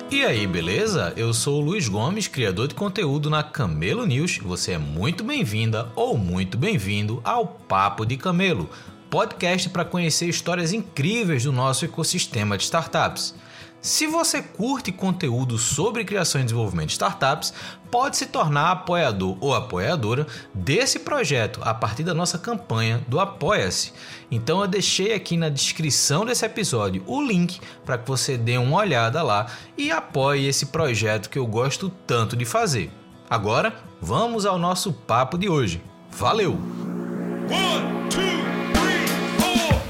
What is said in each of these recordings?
E aí, beleza? Eu sou o Luiz Gomes, criador de conteúdo na Camelo News. Você é muito bem-vinda ou muito bem-vindo ao Papo de Camelo, podcast para conhecer histórias incríveis do nosso ecossistema de startups. Se você curte conteúdo sobre criação e desenvolvimento de startups, pode se tornar apoiador ou apoiadora desse projeto a partir da nossa campanha do Apoia-se. Então eu deixei aqui na descrição desse episódio o link para que você dê uma olhada lá e apoie esse projeto que eu gosto tanto de fazer. Agora, vamos ao nosso papo de hoje. Valeu! 1, 2, 3, 4.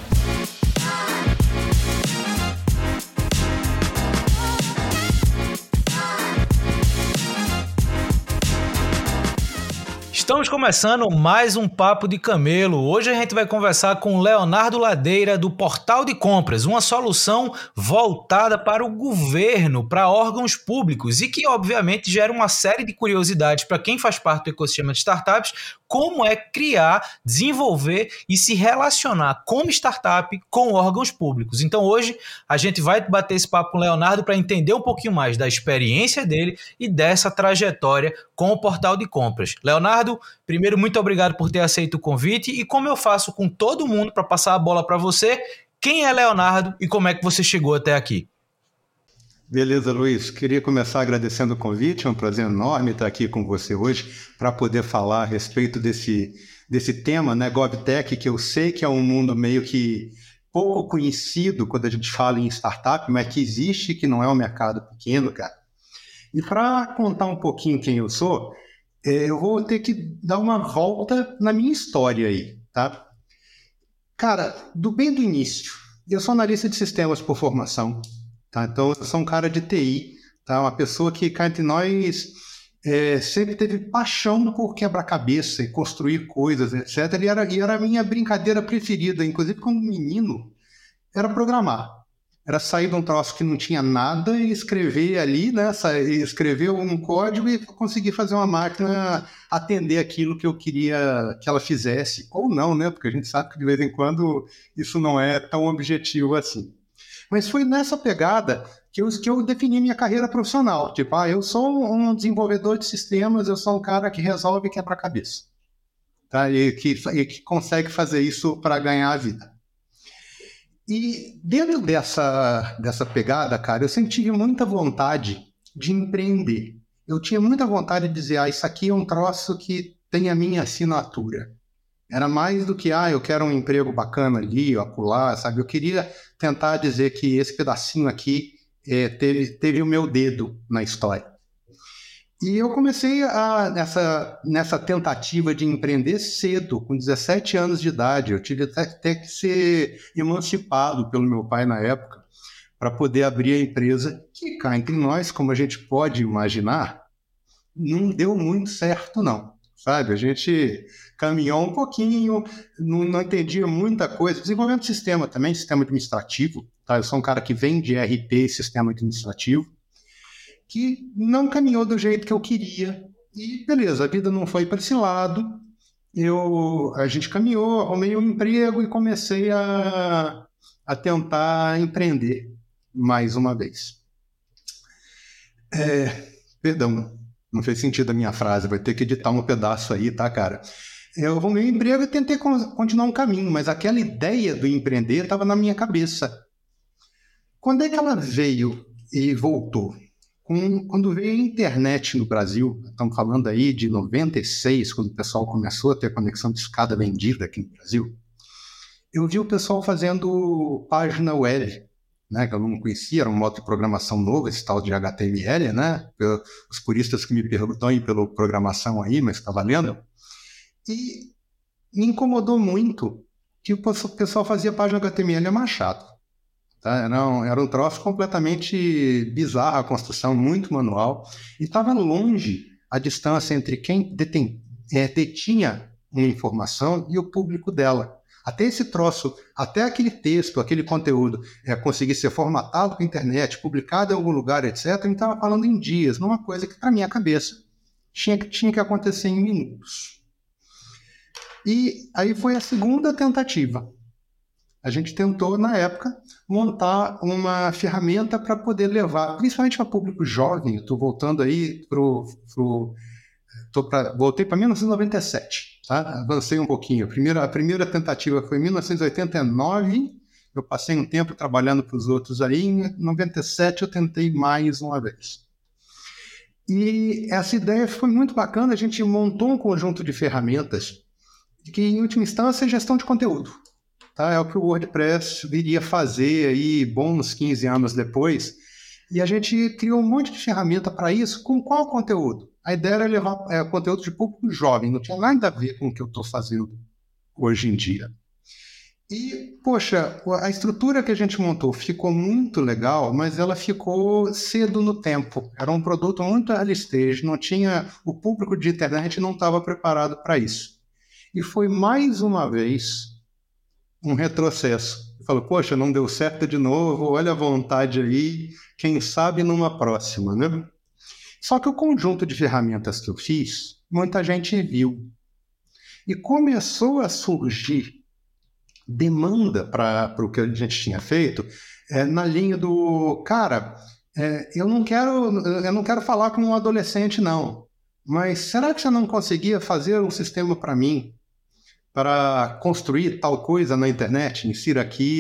Estamos começando mais um Papo de Camelo. Hoje a gente vai conversar com o Leonardo Ladeira do Portal de Compras, uma solução voltada para o governo, para órgãos públicos e que obviamente gera uma série de curiosidades para quem faz parte do ecossistema de startups, como é criar, desenvolver e se relacionar como startup com órgãos públicos. Então hoje a gente vai bater esse papo com o Leonardo para entender um pouquinho mais da experiência dele e dessa trajetória com o Portal de Compras. Leonardo, primeiro, muito obrigado por ter aceito o convite e como eu faço com todo mundo para passar a bola para você, quem é Leonardo e como é que você chegou até aqui? Beleza, Luiz. Queria começar agradecendo o convite. É um prazer enorme estar aqui com você hoje para poder falar a respeito desse tema, né, GovTech, que eu sei que é um mundo meio que pouco conhecido quando a gente fala em startup, mas que existe, que não é um mercado pequeno, cara. E para contar um pouquinho quem eu sou, eu vou ter que dar uma volta na minha história aí, tá? Cara, do início, eu sou analista de sistemas por formação, tá? Então eu sou um cara de TI, tá? Uma pessoa que cá entre nós sempre teve paixão por quebra-cabeça e construir coisas, etc. E era a minha brincadeira preferida, inclusive quando menino, era programar. Era sair de um troço que não tinha nada e escrever ali, né? Escrever um código e conseguir fazer uma máquina atender aquilo que eu queria que ela fizesse. Ou não, né? Porque a gente sabe que de vez em quando isso não é tão objetivo assim. Mas foi nessa pegada que eu defini minha carreira profissional. Tipo, eu sou um desenvolvedor de sistemas, eu sou um cara que resolve quebra-cabeça. Tá? E que consegue fazer isso para ganhar a vida. E dentro dessa pegada, cara, eu sempre tive muita vontade de empreender. Eu tinha muita vontade de dizer, isso aqui é um troço que tem a minha assinatura. Era mais do que, eu quero um emprego bacana ali, acolá, sabe? Eu queria tentar dizer que esse pedacinho aqui teve o meu dedo na história. E eu comecei nessa tentativa de empreender cedo, com 17 anos de idade. Eu tive até que ser emancipado pelo meu pai na época para poder abrir a empresa, que cá entre nós, como a gente pode imaginar, não deu muito certo não, sabe? A gente caminhou um pouquinho, não entendia muita coisa. Desenvolvendo sistema também, sistema administrativo, tá? Eu sou um cara que vem de RP e sistema administrativo, que não caminhou do jeito que eu queria. E beleza, a vida não foi para esse lado. A gente caminhou, arrumei um emprego e comecei a tentar empreender mais uma vez. Perdão, não fez sentido a minha frase, vai ter que editar um pedaço aí, tá, cara? Eu arrumei um emprego e tentei continuar um caminho, mas aquela ideia do empreender estava na minha cabeça. Quando é que ela veio e voltou? Quando veio a internet no Brasil, estamos falando aí de 96, quando o pessoal começou a ter conexão de escada vendida aqui no Brasil, eu vi o pessoal fazendo página web, né, que eu não conhecia, era um modo de programação novo, esse tal de HTML, né? Os puristas que me perguntam pela programação aí, mas está valendo. E me incomodou muito que o pessoal fazia página HTML a machado. Tá? Era um troço completamente bizarro, a construção muito manual, e estava longe a distância entre quem detinha uma informação e o público dela. Até esse troço, até aquele texto, aquele conteúdo conseguir ser formatado para a internet, publicado em algum lugar, etc., a gente estava falando em dias, numa coisa que, para minha cabeça, tinha que acontecer em minutos. E aí foi a segunda tentativa. a gente tentou, na época, montar uma ferramenta para poder levar, principalmente para público jovem. Estou voltando aí voltei para 1997, tá? Avancei um pouquinho. A primeira tentativa foi em 1989, eu passei um tempo trabalhando para os outros aí, em 97 eu tentei mais uma vez. E essa ideia foi muito bacana, a gente montou um conjunto de ferramentas que, em última instância, é gestão de conteúdo. Tá? É o que o WordPress viria fazer aí bons 15 anos depois. E a gente criou um monte de ferramenta para isso. Com qual conteúdo? A ideia era levar conteúdo de público jovem, não tinha nada a ver com o que eu estou fazendo hoje em dia. E, poxa, a estrutura que a gente montou ficou muito legal, mas ela ficou cedo no tempo. Era um produto muito early stage, não tinha, o público de internet não estava preparado para isso. E foi mais uma vez um retrocesso. Falou, poxa, não deu certo de novo, olha a vontade aí, quem sabe numa próxima, né? Só que o conjunto de ferramentas que eu fiz, muita gente viu. E começou a surgir demanda para o que a gente tinha feito, na linha do, cara, eu não quero falar com um adolescente, não, mas será que você não conseguia fazer um sistema para mim, para construir tal coisa na internet? Insira aqui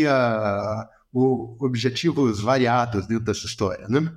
objetivos variados dentro dessa história, né?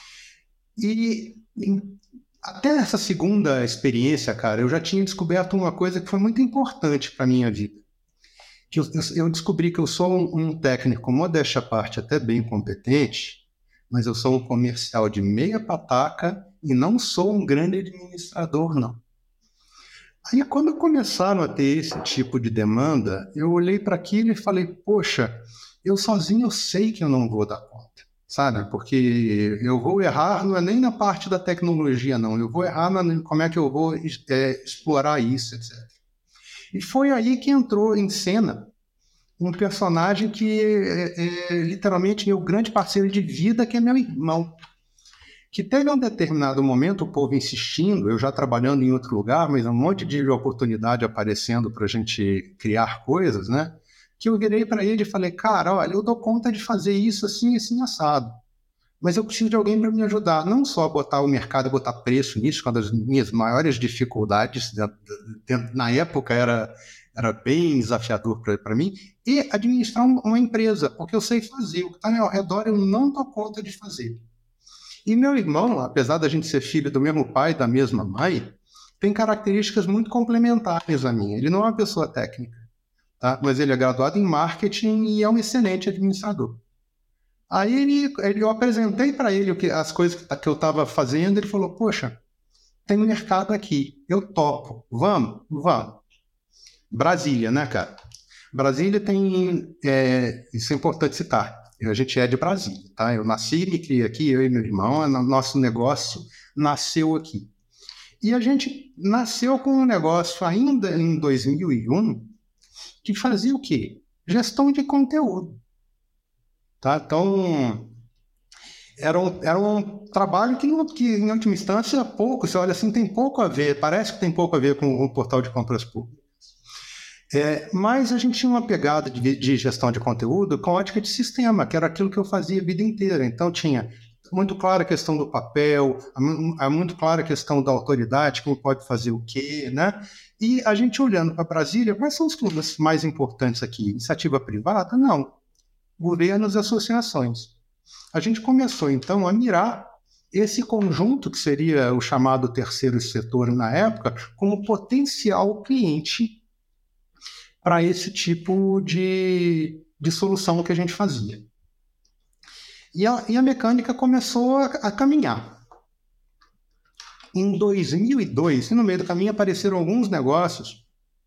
E até essa segunda experiência, cara, eu já tinha descoberto uma coisa que foi muito importante para a minha vida. Que eu descobri que eu sou um técnico, modéstia à parte, até bem competente, mas eu sou um comercial de meia pataca e não sou um grande administrador, não. Aí, quando começaram a ter esse tipo de demanda, eu olhei para aquilo e falei, poxa, eu sozinho eu sei que eu não vou dar conta, sabe? Porque eu vou errar, não é nem na parte da tecnologia, não. Eu vou errar como é que eu vou explorar isso, etc. E foi aí que entrou em cena um personagem que é literalmente meu grande parceiro de vida, que é meu irmão. Que teve um determinado momento, o povo insistindo, eu já trabalhando em outro lugar, mas um monte de oportunidade aparecendo para a gente criar coisas, né? Que eu virei para ele e falei, cara, olha, eu dou conta de fazer isso assim, assim, assado. Mas eu preciso de alguém para me ajudar, não só a botar o mercado, botar preço nisso, uma das minhas maiores dificuldades, na época era bem desafiador para mim, e administrar uma empresa, porque eu sei fazer, o que está ao redor eu não dou conta de fazer. E meu irmão, apesar da gente ser filho do mesmo pai e da mesma mãe, tem características muito complementares a mim. Ele não é uma pessoa técnica, tá? Mas ele é graduado em marketing e é um excelente administrador. Aí eu apresentei para ele as coisas que eu estava fazendo, ele falou, poxa, tem um mercado aqui, eu topo, vamos. Brasília, né, cara? Brasília tem, isso é importante citar, a gente é de Brasília, tá? Eu nasci e me criei aqui, eu e meu irmão, nosso negócio nasceu aqui. E a gente nasceu com um negócio ainda em 2001 que fazia o quê? Gestão de conteúdo. Tá? Então, era um trabalho que, em última instância, pouco, você olha assim, tem pouco a ver, parece que tem pouco a ver com o portal de compras públicas. Mas a gente tinha uma pegada de gestão de conteúdo com ótica de sistema, que era aquilo que eu fazia a vida inteira. Então, tinha muito clara a questão do papel, muito clara a questão da autoridade, quem pode fazer o quê, né? E a gente olhando para Brasília, quais são os clubes mais importantes aqui? Iniciativa privada? Não. Governos e associações. A gente começou, então, a mirar esse conjunto, que seria o chamado terceiro setor na época, como potencial cliente para esse tipo de solução que a gente fazia. E a mecânica começou a caminhar. Em 2002, no meio do caminho, apareceram alguns negócios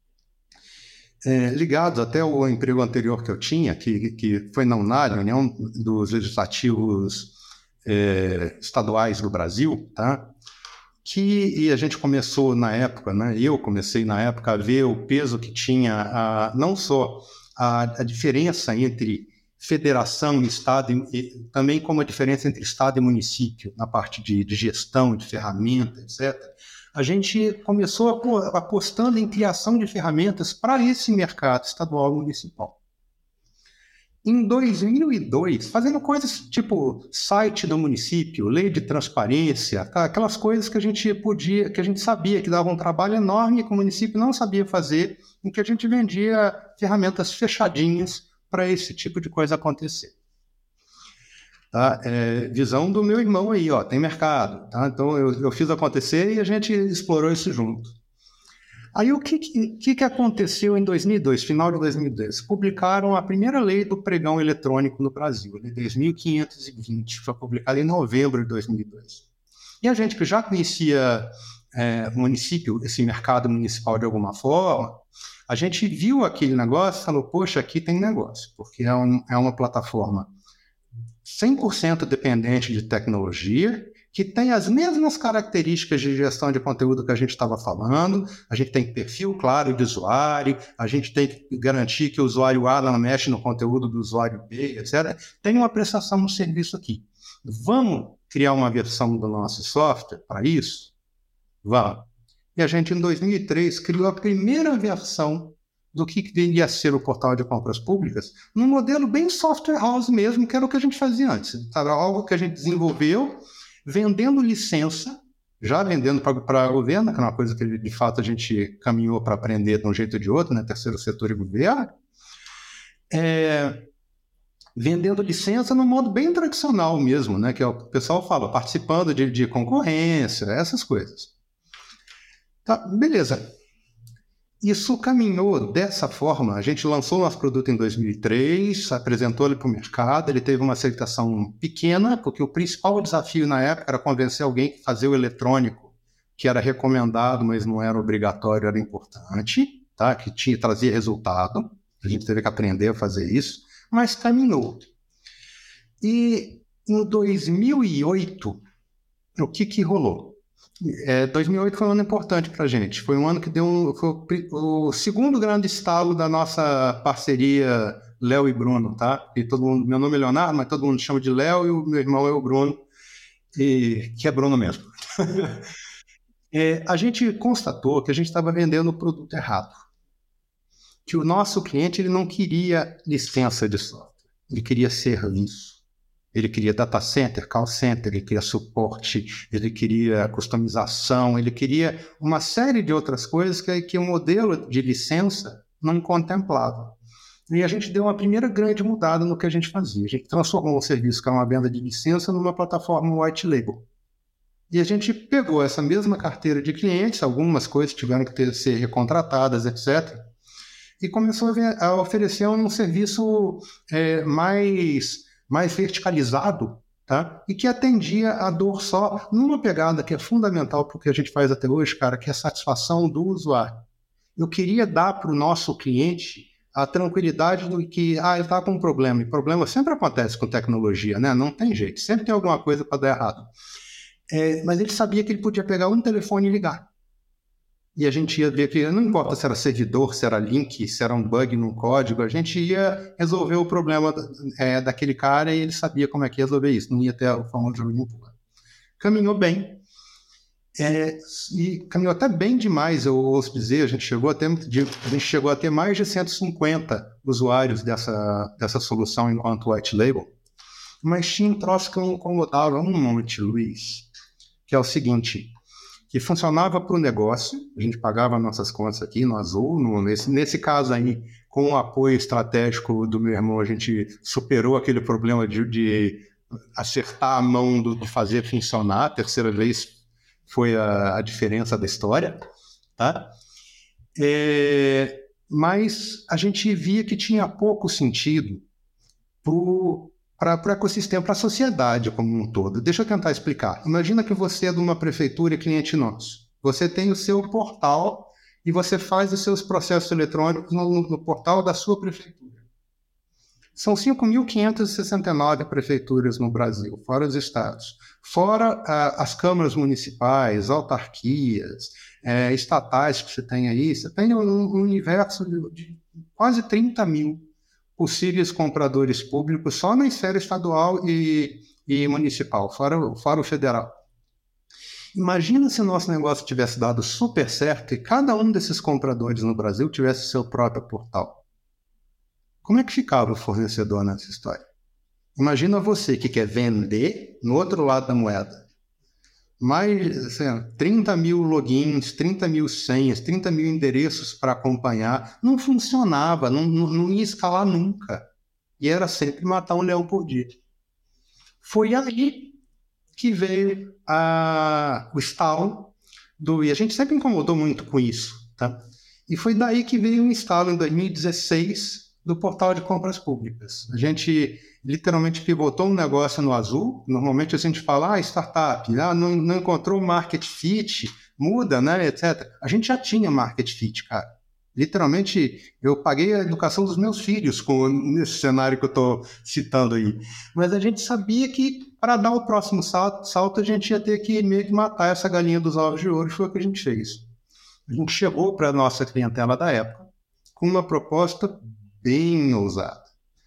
ligados até ao emprego anterior que eu tinha, que foi na UNAD, a União dos Estaduais do Brasil, tá? E a gente começou na época, né? Eu comecei na época a ver o peso que tinha, não só a diferença entre federação e Estado, e também como a diferença entre Estado e município, na parte de gestão, de ferramenta, etc. A gente começou apostando em criação de ferramentas para esse mercado estadual e municipal. Em 2002, fazendo coisas tipo site do município, lei de transparência, tá? Aquelas coisas que a gente sabia que davam um trabalho enorme que o município não sabia fazer, em que a gente vendia ferramentas fechadinhas para esse tipo de coisa acontecer. Tá? Visão do meu irmão aí, ó, tem mercado. Tá? Então eu fiz acontecer e a gente explorou isso junto. Aí o que aconteceu em 2002, final de 2002? Publicaram a primeira lei do pregão eletrônico no Brasil, lei 10.520, foi publicada em novembro de 2002. E a gente que já conhecia o município, esse mercado municipal de alguma forma, a gente viu aquele negócio e falou, poxa, aqui tem negócio, porque é uma plataforma 100% dependente de tecnologia, que tem as mesmas características de gestão de conteúdo que a gente estava falando. A gente tem perfil claro de usuário, a gente tem que garantir que o usuário A não mexe no conteúdo do usuário B, etc. Tem uma prestação de serviço aqui. Vamos criar uma versão do nosso software para isso? Vamos. E a gente, em 2003, criou a primeira versão do que deveria ser o portal de compras públicas, num modelo bem software house mesmo, que era o que a gente fazia antes. Era algo que a gente desenvolveu, vendendo licença, já vendendo para o governo, que é uma coisa que de fato a gente caminhou para aprender de um jeito ou de outro, né? Terceiro setor e governo. Vendendo licença no modo bem tradicional mesmo, né? Que é o que o pessoal fala, participando de concorrência, essas coisas. Tá, beleza. Isso caminhou dessa forma. A gente lançou o nosso produto em 2003, apresentou ele para o mercado, ele teve uma aceitação pequena, porque o principal desafio na época era convencer alguém que fazer o eletrônico, que era recomendado, mas não era obrigatório, era importante, tá? Que trazia resultado. A gente teve que aprender a fazer isso, mas caminhou. E em 2008, o que rolou? 2008 foi um ano importante para a gente. Foi um ano que foi o segundo grande estalo da nossa parceria Léo e Bruno, tá? E meu nome é Leonardo, mas todo mundo chama de Léo e o meu irmão é o Bruno, que é Bruno mesmo. A gente constatou que a gente estava vendendo o produto errado. Que o nosso cliente ele não queria licença de software, ele queria serviço. Ele queria data center, call center, ele queria suporte, ele queria customização, ele queria uma série de outras coisas que o modelo de licença não contemplava. E a gente deu uma primeira grande mudada no que a gente fazia. A gente transformou um serviço que é uma venda de licença numa plataforma white label. E a gente pegou essa mesma carteira de clientes, algumas coisas tiveram que ser recontratadas, etc., e começou a oferecer um serviço mais verticalizado, tá? E que atendia a dor só numa pegada que é fundamental para o que a gente faz até hoje, cara, que é a satisfação do usuário. Eu queria dar para o nosso cliente a tranquilidade do que, ele está com um problema. E problema sempre acontece com tecnologia, né? Não tem jeito, sempre tem alguma coisa para dar errado. Mas ele sabia que ele podia pegar um telefone e ligar. E a gente ia ver que não importa se era servidor, se era link, se era um bug num código, a gente ia resolver o problema daquele cara e ele sabia como é que ia resolver isso, não ia ter o famoso jogo de empurra. Caminhou bem, e caminhou até bem demais, eu ouço dizer, a gente chegou a ter mais de 150 usuários dessa solução enquanto white label, mas tinha um troço que incomodava um monte, Luiz, que é o seguinte... que funcionava para o negócio, a gente pagava nossas contas aqui no Azul, nesse caso aí, com o apoio estratégico do meu irmão, a gente superou aquele problema de acertar a mão de fazer funcionar, a terceira vez foi a diferença da história, tá? Mas a gente via que tinha pouco sentido para o ecossistema, para a sociedade como um todo. Deixa eu tentar explicar. Imagina que você é de uma prefeitura e cliente nosso. Você tem o seu portal e você faz os seus processos eletrônicos no portal da sua prefeitura. São 5.569 prefeituras no Brasil, fora os estados. Fora as câmaras municipais, autarquias, estatais que você tem aí. Você tem um universo de quase 30 mil possíveis compradores públicos só na esfera estadual e municipal, fora o federal. Imagina se o nosso negócio tivesse dado super certo e cada um desses compradores no Brasil tivesse seu próprio portal. Como é que ficava o fornecedor nessa história? Imagina você que quer vender no outro lado da moeda. Mais assim, 30 mil logins, 30 mil senhas, 30 mil endereços para acompanhar. Não funcionava, não ia escalar nunca. E era sempre matar um leão por dia. Foi aí que veio o estalo e a gente sempre incomodou muito com isso, tá? E foi daí que veio o estalo em 2016 do portal de compras públicas. A gente literalmente pivotou um negócio no azul. Normalmente a gente fala, startup, não encontrou market fit, muda, né, etc. A gente já tinha market fit, cara. Literalmente, eu paguei a educação dos meus filhos nesse cenário que eu estou citando aí. Mas a gente sabia que para dar o próximo salto, a gente ia ter que meio que matar essa galinha dos ovos de ouro, e foi o que a gente fez. A gente chegou para a nossa clientela da época com uma proposta bem ousada.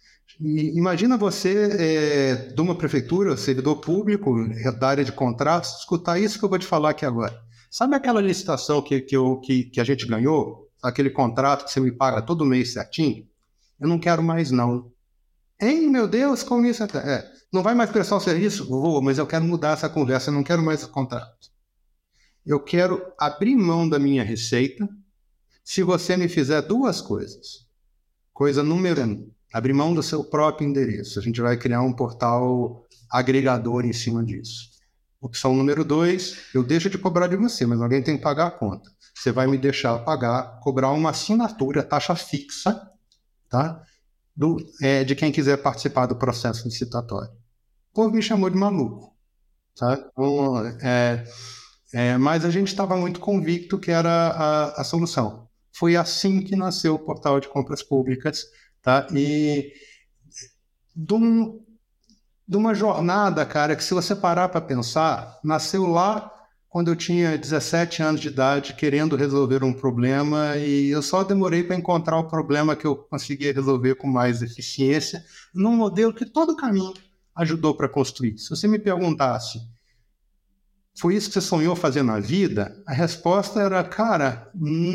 Imagina você, de uma prefeitura, servidor público, da área de contratos, escutar isso que eu vou te falar aqui agora. Sabe aquela licitação que a gente ganhou? Aquele contrato que você me paga todo mês certinho? Eu não quero mais, não. Hein, meu Deus, como isso? Não vai mais prestar o serviço? Vou, mas eu quero mudar essa conversa, eu não quero mais o contrato. Eu quero abrir mão da minha receita se você me fizer duas coisas. Coisa número 1, abrir mão do seu próprio endereço. A gente vai criar um portal agregador em cima disso. Opção número 2, eu deixo de cobrar de você, mas alguém tem que pagar a conta. Você vai me deixar cobrar uma assinatura, taxa fixa, tá? De quem quiser participar do processo licitatório. O povo me chamou de maluco, tá? Então, mas a gente estava muito convicto que era a solução. Foi assim que nasceu o portal de compras públicas, tá? E de uma jornada, cara, que se você parar para pensar, nasceu lá quando eu tinha 17 anos de idade, querendo resolver um problema, e eu só demorei para encontrar o problema que eu conseguia resolver com mais eficiência, num modelo que todo caminho ajudou para construir. Se você me perguntasse, foi isso que você sonhou fazer na vida? A resposta era, cara,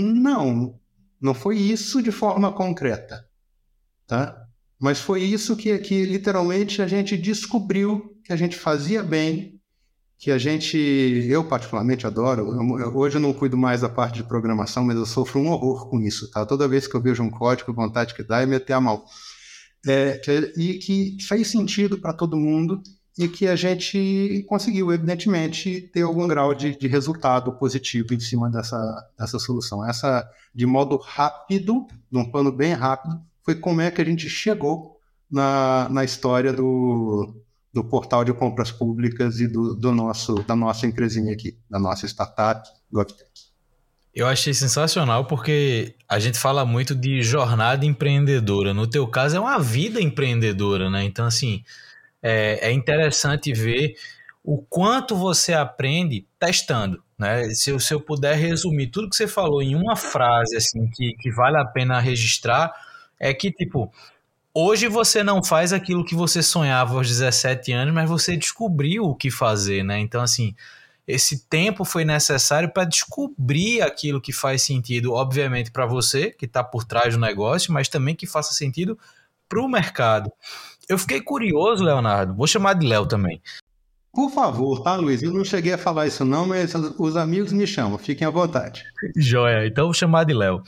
não foi isso de forma concreta, tá? Mas foi isso que literalmente a gente descobriu que a gente fazia bem, que eu particularmente adoro. Hoje eu não cuido mais da parte de programação, mas eu sofro um horror com isso, tá? Toda vez que eu vejo um código, vontade que dá é meter a mão. E que fez sentido para todo mundo e que a gente conseguiu, evidentemente, ter algum grau de resultado positivo em cima dessa solução. Essa, de modo rápido, num plano bem rápido, foi como é que a gente chegou na história do portal de compras públicas e da nossa empresinha aqui, da nossa startup, GovTech. Eu achei sensacional porque a gente fala muito de jornada empreendedora. No teu caso, é uma vida empreendedora, né? Então, assim, é interessante ver o quanto você aprende testando, né? Se eu puder resumir tudo que você falou em uma frase, assim, que vale a pena registrar, é que, tipo, hoje você não faz aquilo que você sonhava aos 17 anos, mas você descobriu o que fazer, né? Então, assim, esse tempo foi necessário para descobrir aquilo que faz sentido, obviamente, para você, que está por trás do negócio, mas também que faça sentido para o mercado. Eu fiquei curioso, Leonardo, vou chamar de Léo também. Por favor, tá, Luiz? Eu não cheguei a falar isso não, mas os amigos me chamam, fiquem à vontade. Joia, então vou chamar de Léo.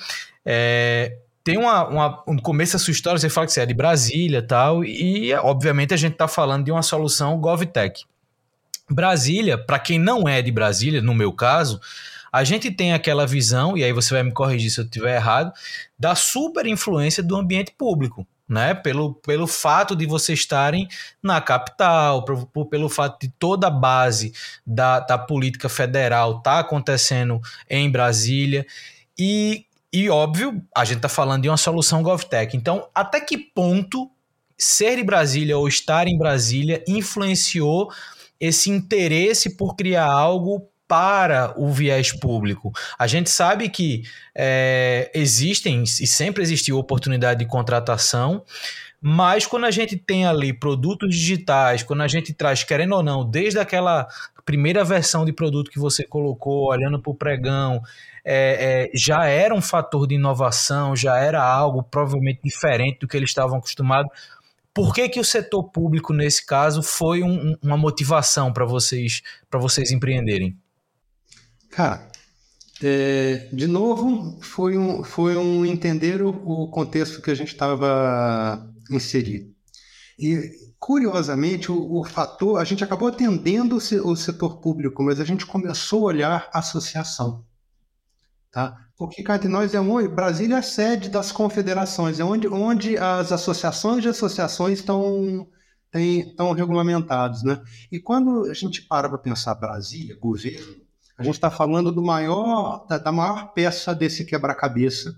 Tem no começo da sua história, você fala que você é de Brasília e tal, e obviamente a gente está falando de uma solução GovTech. Brasília, para quem não é de Brasília, no meu caso, a gente tem aquela visão, e aí você vai me corrigir se eu estiver errado, da super influência do ambiente público, né? Pelo fato de vocês estarem na capital, pelo fato de toda a base da política federal estar acontecendo em Brasília, e óbvio, a gente está falando de uma solução GovTech. Então, até que ponto ser de Brasília ou estar em Brasília influenciou esse interesse por criar algo para o viés público? A gente sabe que existem e sempre existiu oportunidade de contratação, mas quando a gente tem ali produtos digitais, quando a gente traz, querendo ou não, desde aquela primeira versão de produto que você colocou, olhando para o pregão, já era um fator de inovação, já era algo provavelmente diferente do que eles estavam acostumados. Por que o setor público, nesse caso, foi uma motivação para vocês empreenderem? Cara, de novo, foi um entender o contexto que a gente estava inserido. E, curiosamente, o fator, a gente acabou atendendo o setor público, mas a gente começou a olhar a associação. Tá? Porque cá entre nós Brasília é a sede das confederações, é onde as associações de associações estão regulamentadas, né? E quando a gente para pensar Brasília, governo, a gente está falando da maior peça desse quebra-cabeça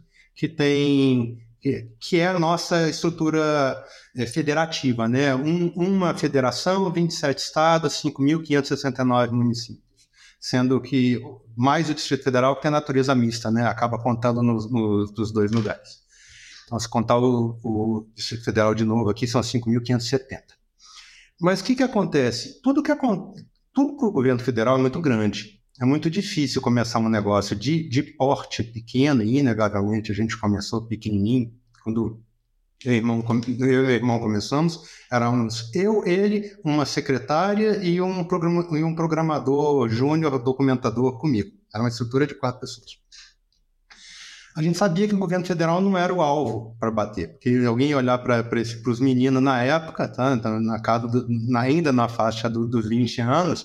que é a nossa estrutura federativa, né? Uma federação, 27 estados, 5.569 municípios. Sendo que mais o Distrito Federal que tem a natureza mista, né? Acaba contando nos dois lugares. Então, se contar o Distrito Federal de novo aqui, são 5.570. Mas o que acontece? Tudo para o governo federal é muito grande. É muito difícil começar um negócio de porte pequeno, e inegavelmente a gente começou pequenininho. Quando eu e meu irmão começamos, éramos ele, uma secretária e um programador júnior, documentador comigo. Era uma estrutura de 4 pessoas. A gente sabia que o governo federal não era o alvo para bater, porque alguém ia olhar para os meninos na época, tá, na casa ainda na faixa dos 20 anos,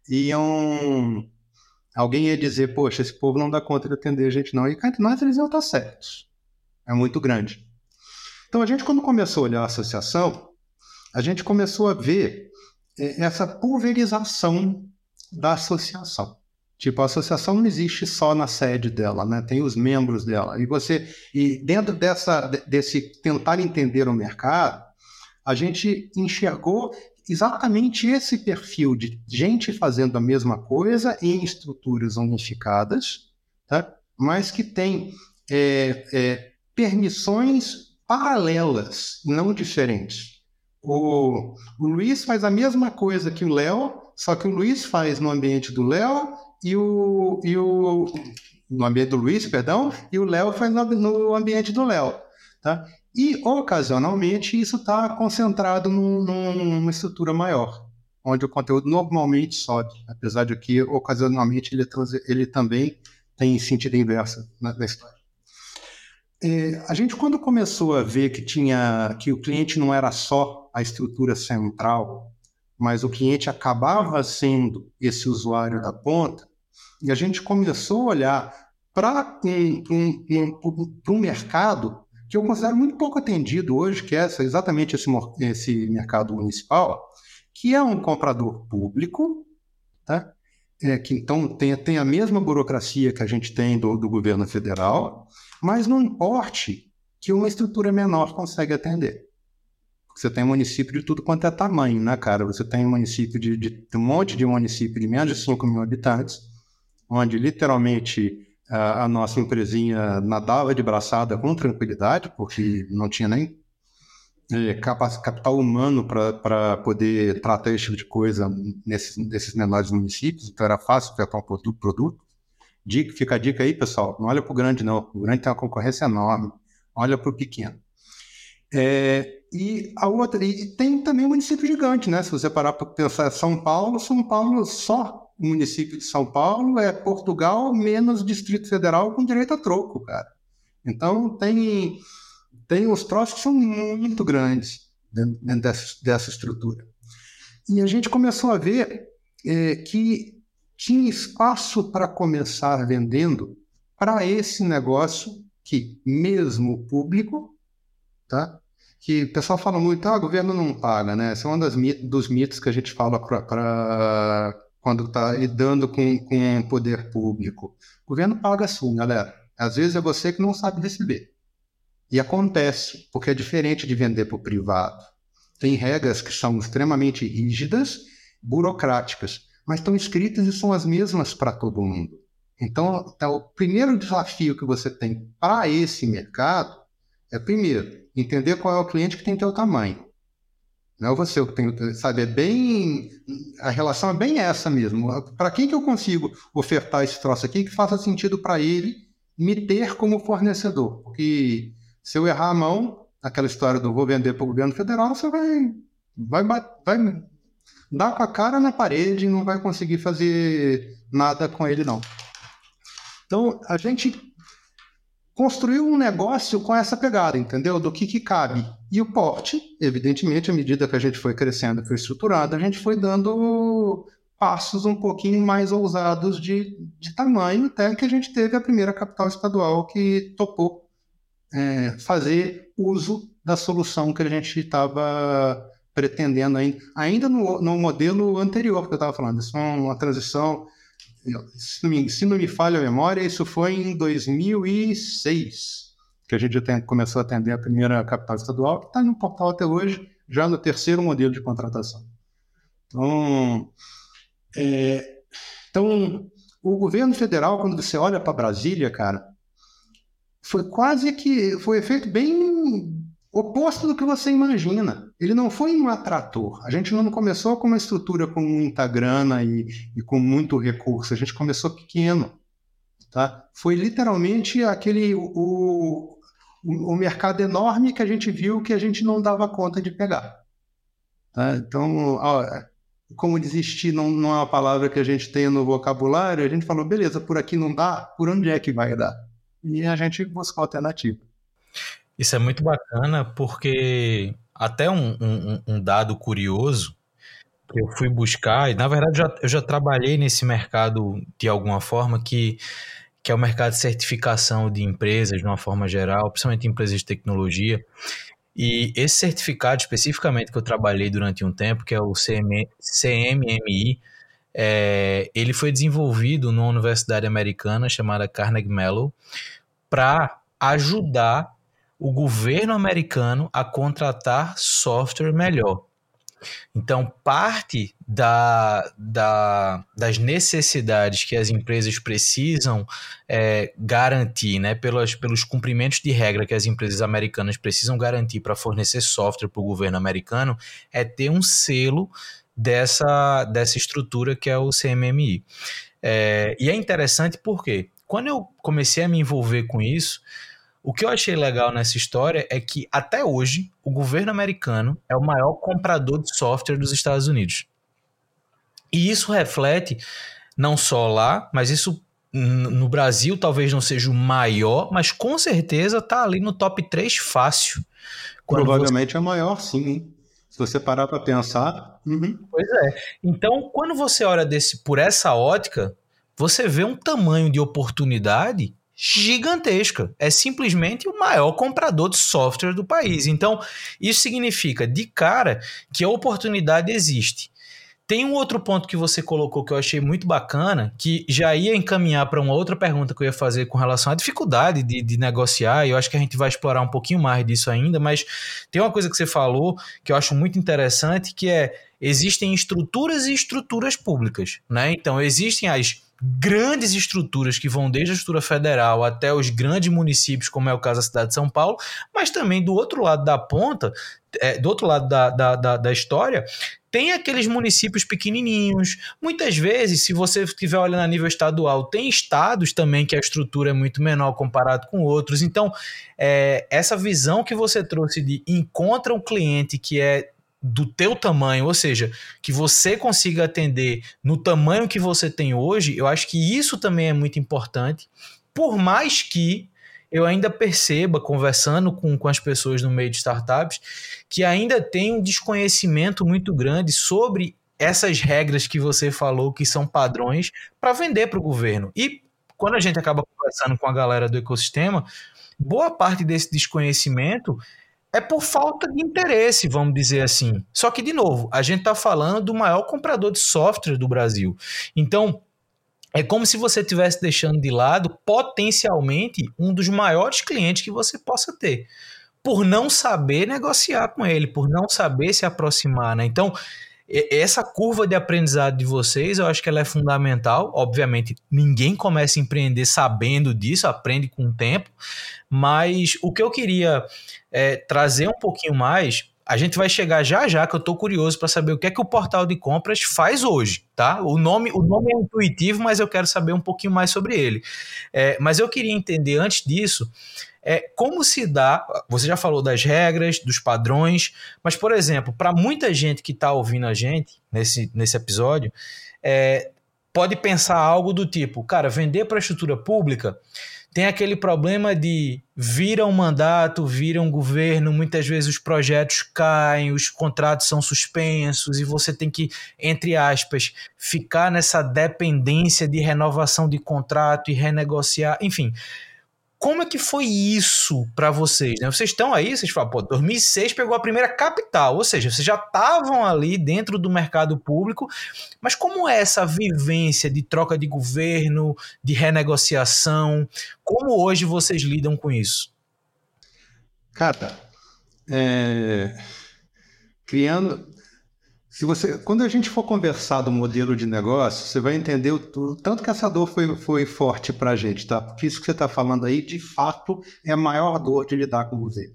alguém ia dizer, poxa, esse povo não dá conta de atender a gente não. E cá entre nós eles iam estar certos. É muito grande. Então, a gente, quando começou a olhar a associação, a gente começou a ver essa pulverização da associação. Tipo, a associação não existe só na sede dela, né? Tem os membros dela. E dentro desse tentar entender o mercado, a gente enxergou exatamente esse perfil de gente fazendo a mesma coisa em estruturas unificadas, tá? Mas que tem permissões paralelas, não diferentes. O Luiz faz a mesma coisa que o Léo, só que o Luiz faz no ambiente do Léo no ambiente do Luiz, perdão, e o Léo faz no ambiente do Léo, tá? E, ocasionalmente, isso está concentrado numa estrutura maior, onde o conteúdo normalmente sobe, apesar de que, ocasionalmente, ele também tem sentido inverso na história. A gente, quando começou a ver que o cliente não era só a estrutura central, mas o cliente acabava sendo esse usuário da ponta, e a gente começou a olhar para um mercado que eu considero muito pouco atendido hoje, que é exatamente esse mercado municipal, que é um comprador público, tá? Que então tem a mesma burocracia que a gente tem do governo federal, mas num porte que uma estrutura menor consegue atender. Você tem município de tudo quanto é tamanho, né, cara? Você tem um município um monte de município de menos de 5 mil habitantes, onde literalmente a nossa empresinha nadava de braçada com tranquilidade, porque não tinha nem capital humano para poder tratar esse tipo de coisa nesses menores municípios, então era fácil ofertar um produto. Fica a dica aí, pessoal, não olha para o grande não, o grande tem uma concorrência enorme, olha para o pequeno. E tem também um município gigante, né? Se você parar para pensar São Paulo, só o município de São Paulo é Portugal menos Distrito Federal com direito a troco, cara. Então tem uns troços que são muito grandes dentro dessa estrutura. E a gente começou a ver que tinha espaço para começar vendendo para esse negócio que, mesmo público, tá? Que o pessoal fala muito, o governo não paga, né? Esse é um dos mitos que a gente fala quando está lidando com o poder público. O governo paga sim, galera. Às vezes é você que não sabe receber. E acontece, porque é diferente de vender para o privado. Tem regras que são extremamente rígidas, burocráticas, mas estão escritas e são as mesmas para todo mundo. Então, o primeiro desafio que você tem para esse mercado é, primeiro, entender qual é o cliente que tem teu tamanho. Não é você, eu tenho, sabe, a relação é bem essa mesmo. Para quem que eu consigo ofertar esse troço aqui que faça sentido para ele me ter como fornecedor? Porque se eu errar a mão, aquela história do vou vender para o governo federal, você vai dar com a cara na parede e não vai conseguir fazer nada com ele, não. Então, a gente construiu um negócio com essa pegada, entendeu? Do que cabe. E o porte, evidentemente, à medida que a gente foi crescendo, foi estruturado, a gente foi dando passos um pouquinho mais ousados de tamanho, até que a gente teve a primeira capital estadual que topou fazer uso da solução que a gente estava pretendendo ainda no modelo anterior que eu estava falando. Isso é uma transição, se não me falha a memória, isso foi em 2006 que a gente começou a atender a primeira capital estadual, que está no portal até hoje, já no terceiro modelo de contratação. Então, o governo federal, quando você olha para Brasília, cara, foi efeito bem oposto do que você imagina. Ele não foi um atrator. A gente não começou com uma estrutura com muita grana e com muito recurso. A gente começou pequeno. Tá? Foi literalmente o mercado enorme que a gente viu que a gente não dava conta de pegar. Tá? Então, como desistir não é uma palavra que a gente tem no vocabulário, a gente falou, beleza, por aqui não dá, por onde é que vai dar? E a gente buscou alternativa. Isso é muito bacana porque até um dado curioso que eu fui buscar, e na verdade eu já trabalhei nesse mercado de alguma forma, que é o mercado de certificação de empresas de uma forma geral, principalmente empresas de tecnologia. E esse certificado especificamente que eu trabalhei durante um tempo, que é o CMMI, ele foi desenvolvido numa universidade americana chamada Carnegie Mellon para ajudar o governo americano a contratar software melhor. Então, parte das necessidades que as empresas precisam garantir, né, pelos cumprimentos de regra que as empresas americanas precisam garantir para fornecer software para o governo americano, é ter um selo dessa estrutura que é o CMMI. E é interessante porque, quando eu comecei a me envolver com isso, o que eu achei legal nessa história é que, até hoje, o governo americano é o maior comprador de software dos Estados Unidos. E isso reflete, não só lá, mas isso no Brasil talvez não seja o maior, mas com certeza está ali no top 3 fácil. Provavelmente é maior, sim, hein? Se você parar para pensar... Pois é. Então, quando você olha por essa ótica, você vê um tamanho de oportunidade gigantesca. É simplesmente o maior comprador de software do país. Então, isso significa, de cara, que a oportunidade existe. Tem um outro ponto que você colocou que eu achei muito bacana, que já ia encaminhar para uma outra pergunta que eu ia fazer com relação à dificuldade de negociar, e eu acho que a gente vai explorar um pouquinho mais disso ainda, mas tem uma coisa que você falou que eu acho muito interessante, que existem estruturas e estruturas públicas, né? Então, existem as grandes estruturas que vão desde a estrutura federal até os grandes municípios, como é o caso da cidade de São Paulo, mas também do outro lado da ponta, do outro lado da história, tem aqueles municípios pequenininhos. Muitas vezes, se você estiver olhando a nível estadual, tem estados também que a estrutura é muito menor comparado com outros. Então, essa visão que você trouxe de encontra um cliente que é do teu tamanho, ou seja, que você consiga atender no tamanho que você tem hoje, eu acho que isso também é muito importante, por mais que eu ainda perceba, conversando com as pessoas no meio de startups, que ainda tem um desconhecimento muito grande sobre essas regras que você falou, que são padrões, para vender para o governo. E quando a gente acaba conversando com a galera do ecossistema, boa parte desse desconhecimento é por falta de interesse, vamos dizer assim. Só que, de novo, a gente está falando do maior comprador de software do Brasil. Então, é como se você estivesse deixando de lado, potencialmente, um dos maiores clientes que você possa ter, por não saber negociar com ele, por não saber se aproximar, né? Então, essa curva de aprendizado de vocês, eu acho que ela é fundamental. Obviamente, ninguém começa a empreender sabendo disso, aprende com o tempo, mas o que eu queria trazer um pouquinho mais A gente vai chegar já já, que eu estou curioso para saber o que é que o portal de compras faz hoje, tá? O nome é intuitivo, mas eu quero saber um pouquinho mais sobre ele. Mas eu queria entender antes disso, como se dá, você já falou das regras, dos padrões, mas, por exemplo, para muita gente que está ouvindo a gente nesse episódio, pode pensar algo do tipo, cara, vender para a estrutura pública tem aquele problema de vira um mandato, vira um governo, muitas vezes os projetos caem, os contratos são suspensos e você tem que, entre aspas, ficar nessa dependência de renovação de contrato e renegociar, enfim. Como é que foi isso para vocês? Né? Vocês estão aí, vocês falam, 2006 pegou a primeira capital, ou seja, vocês já estavam ali dentro do mercado público, mas como é essa vivência de troca de governo, de renegociação? Como hoje vocês lidam com isso? Cara, quando a gente for conversar do modelo de negócio, você vai entender o tanto que essa dor foi forte para a gente, tá? Porque isso que você está falando aí, de fato, é a maior dor de lidar com o governo.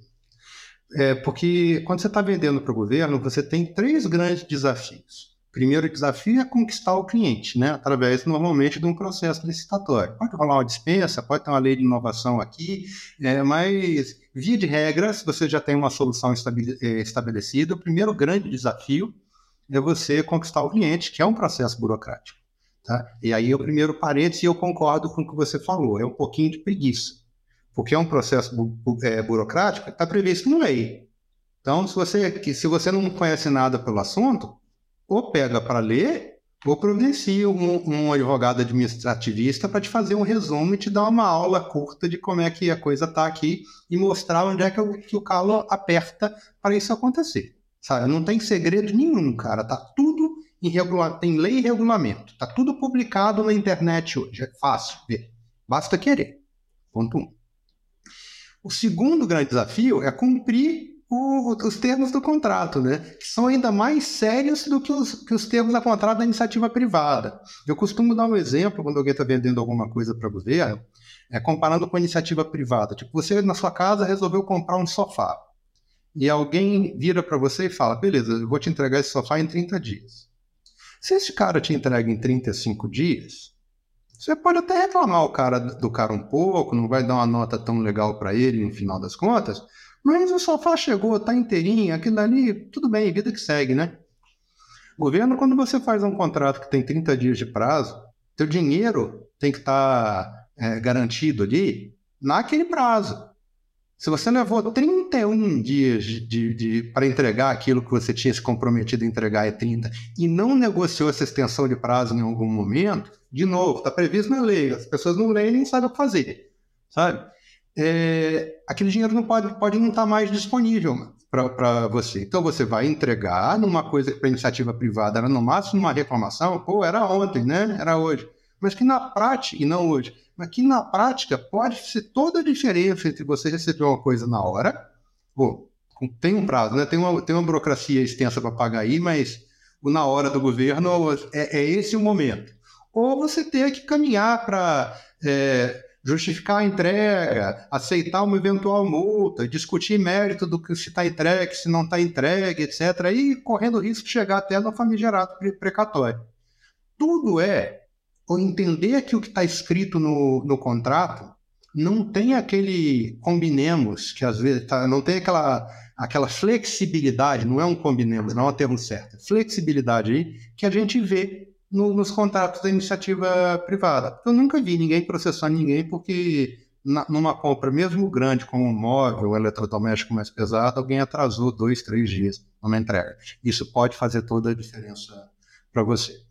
Porque quando você está vendendo para o governo, você tem 3 grandes desafios. O primeiro desafio é conquistar o cliente, né? Através, normalmente, de um processo licitatório. Pode rolar uma dispensa, pode ter uma lei de inovação aqui, mas, via de regra, se você já tem uma solução estabelecida, o primeiro grande desafio é você conquistar o cliente, que é um processo burocrático. Tá? E aí, o primeiro parênteses, eu concordo com o que você falou, é um pouquinho de preguiça, porque é um processo burocrático que está previsto na lei. Então, se você não conhece nada pelo assunto, ou pega para ler, ou providencia um advogado administrativista para te fazer um resumo e te dar uma aula curta de como é que a coisa está aqui e mostrar onde é que o calo aperta para isso acontecer. Sabe? Não tem segredo nenhum, cara. Tá tudo tem lei e regulamento. Tá tudo publicado na internet hoje. É fácil ver. Basta querer. Ponto 1. O segundo grande desafio é cumprir os termos do contrato, né? Que são ainda mais sérios do que os termos do contrato da iniciativa privada. Eu costumo dar um exemplo quando alguém está vendendo alguma coisa para o governo, comparando com a iniciativa privada. Tipo, você na sua casa resolveu comprar um sofá. E alguém vira para você e fala, beleza, eu vou te entregar esse sofá em 30 dias. Se esse cara te entrega em 35 dias, você pode até reclamar do cara um pouco, não vai dar uma nota tão legal para ele no final das contas, mas o sofá chegou, tá inteirinho, aquilo ali, tudo bem, vida que segue, né? Governo, quando você faz um contrato que tem 30 dias de prazo, teu dinheiro tem que estar garantido ali naquele prazo. Se você levou 31 dias para entregar aquilo que você tinha se comprometido a entregar em 30 e não negociou essa extensão de prazo em algum momento, de novo, está previsto na lei, as pessoas não leem e nem sabem o que fazer, sabe? Aquele dinheiro não pode não estar mais disponível para você. Então você vai entregar numa coisa que para iniciativa privada era no máximo uma reclamação, era ontem, né? Era hoje. Mas que na prática, e não hoje, mas que na prática pode ser toda a diferença entre você receber uma coisa na hora, tem um prazo, né? Tem uma burocracia extensa para pagar aí, mas na hora do governo é esse o momento. Ou você ter que caminhar para justificar a entrega, aceitar uma eventual multa, discutir mérito do que se está entregue, se não está entregue, etc. E correndo o risco de chegar até no famigerado precatório. Tudo ou entender que o que está escrito no contrato não tem aquele combinemos, que às vezes não tem aquela flexibilidade, não é um combinemos, não é o termo certo, flexibilidade aí que a gente vê nos contratos da iniciativa privada. Eu nunca vi ninguém processar ninguém porque numa compra mesmo grande, como um móvel, um eletrodoméstico mais pesado, alguém atrasou 2, 3 dias numa entrega. Isso pode fazer toda a diferença para você.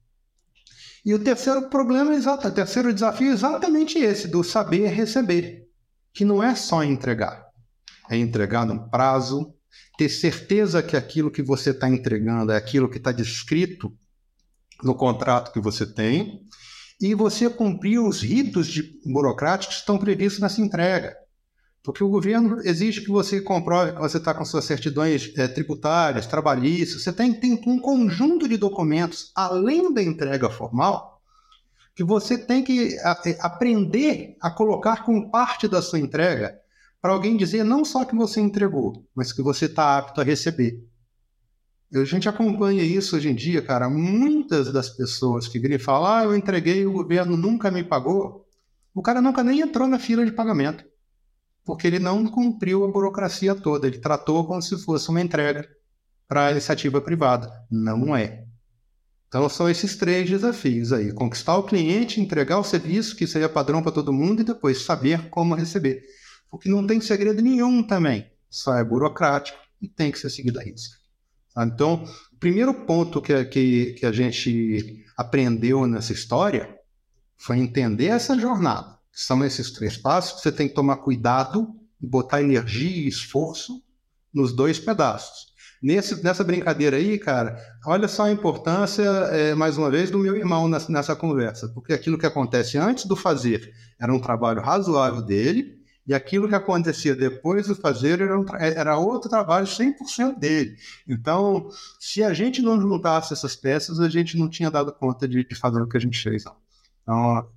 E o terceiro desafio é exatamente esse, do saber receber, que não é só entregar, é entregar no prazo, ter certeza que aquilo que você está entregando é aquilo que está descrito no contrato que você tem, e você cumprir os ritos burocráticos que estão previstos nessa entrega. Porque o governo exige que você comprove que você está com suas certidões tributárias, trabalhistas. Você tem um conjunto de documentos, além da entrega formal, que você tem que aprender a colocar como parte da sua entrega para alguém dizer não só que você entregou, mas que você está apto a receber. A gente acompanha isso hoje em dia, cara. Muitas das pessoas que viram e falam, eu entreguei, o governo nunca me pagou. O cara nunca nem entrou na fila de pagamento, porque ele não cumpriu a burocracia toda. Ele tratou como se fosse uma entrega para a iniciativa privada. Não é. Então são esses 3 desafios aí. Conquistar o cliente, entregar o serviço, que seria padrão para todo mundo, e depois saber como receber. Porque não tem segredo nenhum também. Só é burocrático e tem que ser seguido à risca. Então, o primeiro ponto que a gente aprendeu nessa história foi entender essa jornada. São esses 3 passos que você tem que tomar cuidado e botar energia e esforço nos 2 pedaços. Nessa brincadeira aí, cara, olha só a importância, mais uma vez, do meu irmão nessa conversa. Porque aquilo que acontece antes do fazer era um trabalho razoável dele, e aquilo que acontecia depois do fazer era outro trabalho 100% dele. Então, se a gente não juntasse essas peças, a gente não tinha dado conta de fazer o que a gente fez. Não. Então,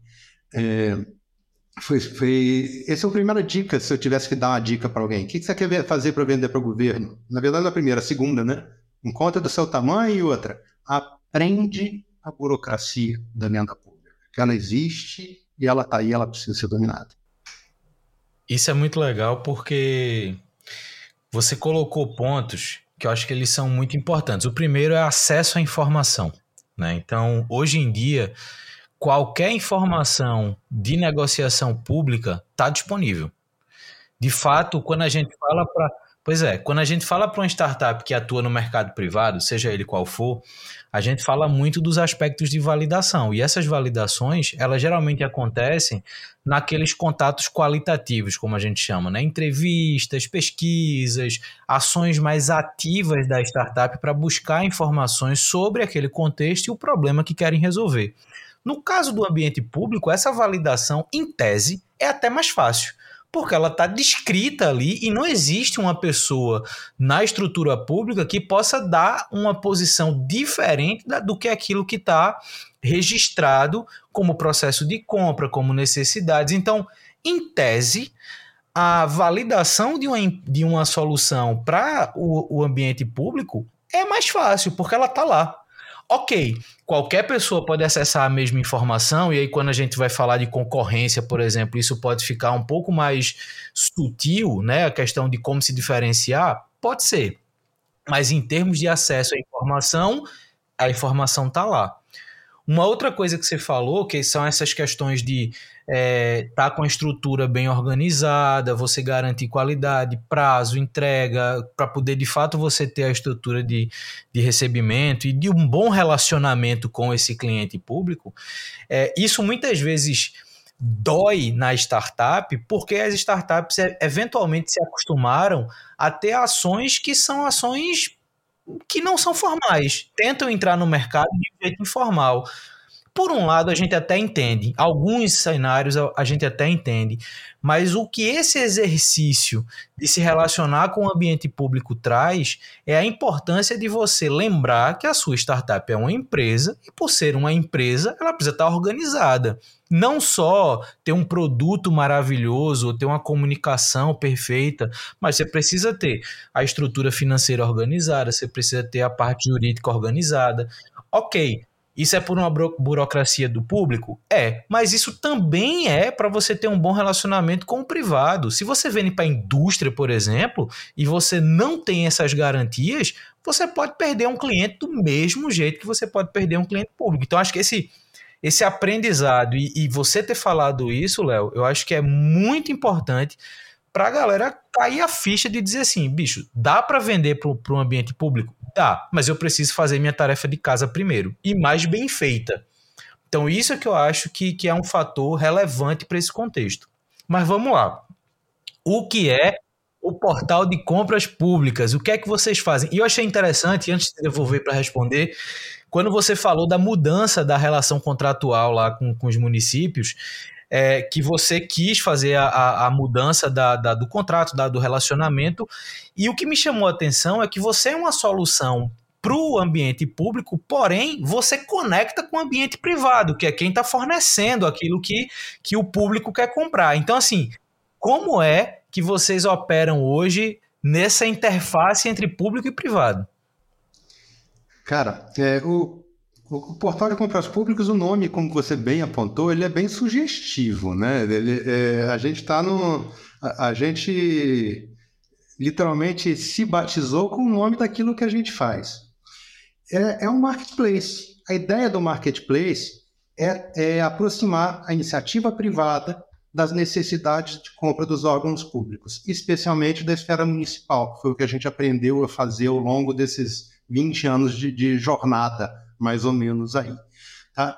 essa é a primeira dica, se eu tivesse que dar uma dica para alguém. O que você quer fazer para vender para o governo? Na verdade, a primeira, a segunda, né? Em conta do seu tamanho, e outra, aprende a burocracia da venda pública. Que ela existe e ela está aí, ela precisa ser dominada. Isso é muito legal porque você colocou pontos que eu acho que eles são muito importantes. O primeiro é acesso à informação, né? Então, hoje em dia, qualquer informação de negociação pública está disponível. De fato, quando a gente fala para uma startup que atua no mercado privado, seja ele qual for, a gente fala muito dos aspectos de validação. E essas validações, elas geralmente acontecem naqueles contatos qualitativos, como a gente chama, né? Entrevistas, pesquisas, ações mais ativas da startup para buscar informações sobre aquele contexto e o problema que querem resolver. No caso do ambiente público, essa validação, em tese, é até mais fácil, porque ela está descrita ali e não existe uma pessoa na estrutura pública que possa dar uma posição diferente do que aquilo que está registrado como processo de compra, como necessidades. Então, em tese, a validação de uma solução para o ambiente público é mais fácil, porque ela está lá. Ok, qualquer pessoa pode acessar a mesma informação, e aí quando a gente vai falar de concorrência, por exemplo, isso pode ficar um pouco mais sutil, né? A questão de como se diferenciar, pode ser. Mas em termos de acesso à informação, a informação está lá. Uma outra coisa que você falou, que são essas questões de estar com a estrutura bem organizada, você garantir qualidade, prazo, entrega, para poder de fato você ter a estrutura de recebimento e de um bom relacionamento com esse cliente público. Isso muitas vezes dói na startup, porque as startups eventualmente se acostumaram a ter ações que são ações que não são formais, tentam entrar no mercado de um jeito informal. Por um lado, a gente até entende, alguns cenários a gente até entende, mas o que esse exercício de se relacionar com o ambiente público traz é a importância de você lembrar que a sua startup é uma empresa e, por ser uma empresa, ela precisa estar organizada. Não só ter um produto maravilhoso ou ter uma comunicação perfeita, mas você precisa ter a estrutura financeira organizada, você precisa ter a parte jurídica organizada. Ok, isso é por uma burocracia do público? Mas isso também é para você ter um bom relacionamento com o privado. Se você vende para a indústria, por exemplo, e você não tem essas garantias, você pode perder um cliente do mesmo jeito que você pode perder um cliente público. Então, acho que esse aprendizado e você ter falado isso, Léo, eu acho que é muito importante para a galera cair a ficha de dizer assim, bicho, dá para vender para um ambiente público? Dá, mas eu preciso fazer minha tarefa de casa primeiro e mais bem feita. Então isso é que eu acho que é um fator relevante para esse contexto. Mas vamos lá. O que é o portal de compras públicas? O que é que vocês fazem? E eu achei interessante, antes de devolver para responder, quando você falou da mudança da relação contratual lá com os municípios, que você quis fazer a mudança do contrato, do relacionamento, e o que me chamou a atenção é que você é uma solução para o ambiente público, porém você conecta com o ambiente privado, que é quem está fornecendo aquilo que o público quer comprar. Então, assim, como é que vocês operam hoje nessa interface entre público e privado? Cara, o portal de compras públicas, o nome, como você bem apontou, ele é bem sugestivo, né? A gente literalmente se batizou com o nome daquilo que a gente faz. É um marketplace. A ideia do marketplace é aproximar a iniciativa privada das necessidades de compra dos órgãos públicos, especialmente da esfera municipal, que foi o que a gente aprendeu a fazer ao longo desses 20 anos de jornada, mais ou menos aí. Tá?